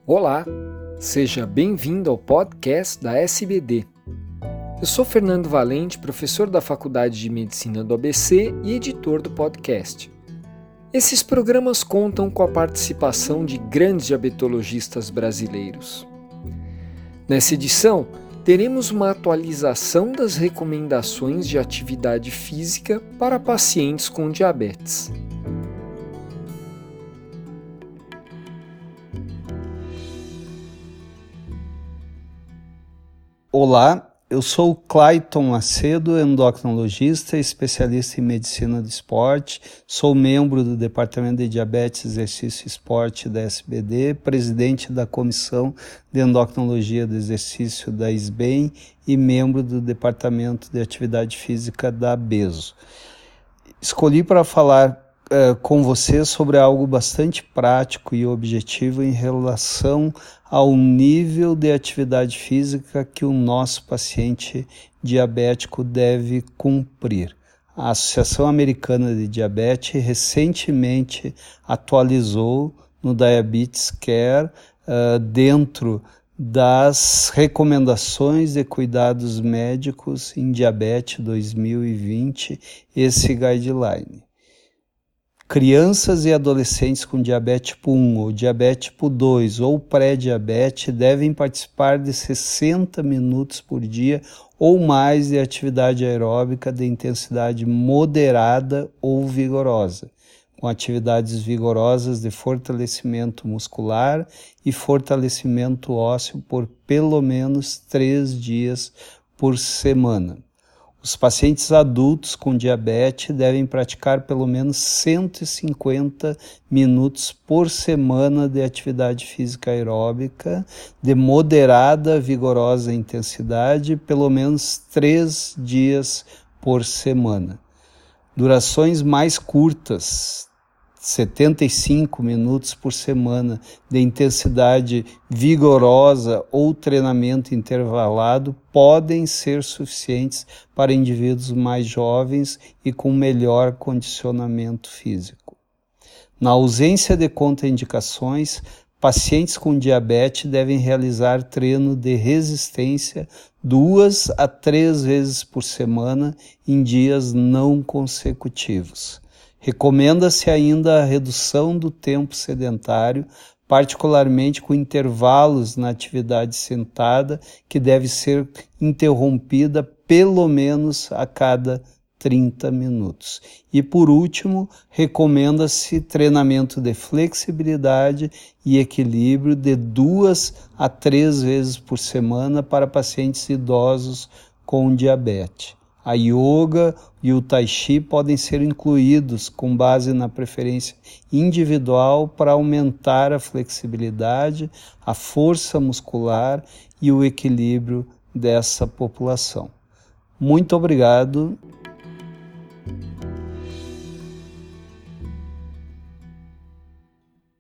Olá, seja bem-vindo ao podcast da SBD. Eu sou Fernando Valente, professor da Faculdade de Medicina do ABC e editor do podcast. Esses programas contam com a participação de grandes diabetologistas brasileiros. Nessa edição, teremos uma atualização das recomendações de atividade física para pacientes com diabetes. Olá, eu sou o Clayton Macedo, endocrinologista, especialista em medicina do esporte, sou membro do Departamento de Diabetes, Exercício e Esporte da SBD, presidente da Comissão de Endocrinologia do Exercício da SBEM e membro do Departamento de Atividade Física da ABESO. Escolhi para falar com você sobre algo bastante prático e objetivo em relação ao nível de atividade física que o nosso paciente diabético deve cumprir. A Associação Americana de Diabetes recentemente atualizou no Diabetes Care, dentro das recomendações de cuidados médicos em diabetes 2020, esse guideline. Crianças e adolescentes com diabetes tipo 1 ou diabetes tipo 2 ou pré-diabetes devem participar de 60 minutos por dia ou mais de atividade aeróbica de intensidade moderada ou vigorosa, com atividades vigorosas de fortalecimento muscular e fortalecimento ósseo por pelo menos 3 dias por semana. Os pacientes adultos com diabetes devem praticar pelo menos 150 minutos por semana de atividade física aeróbica de moderada a vigorosa intensidade, pelo menos 3 dias por semana. Durações mais curtas, 75 minutos por semana de intensidade vigorosa ou treinamento intervalado podem ser suficientes para indivíduos mais jovens e com melhor condicionamento físico. Na ausência de contraindicações, pacientes com diabetes devem realizar treino de resistência 2 a 3 vezes por semana em dias não consecutivos. Recomenda-se ainda a redução do tempo sedentário, particularmente com intervalos na atividade sentada, que deve ser interrompida pelo menos a cada 30 minutos. E por último, recomenda-se treinamento de flexibilidade e equilíbrio de 2 a 3 vezes por semana para pacientes idosos com diabetes. A yoga e o tai chi podem ser incluídos com base na preferência individual para aumentar a flexibilidade, a força muscular e o equilíbrio dessa população. Muito obrigado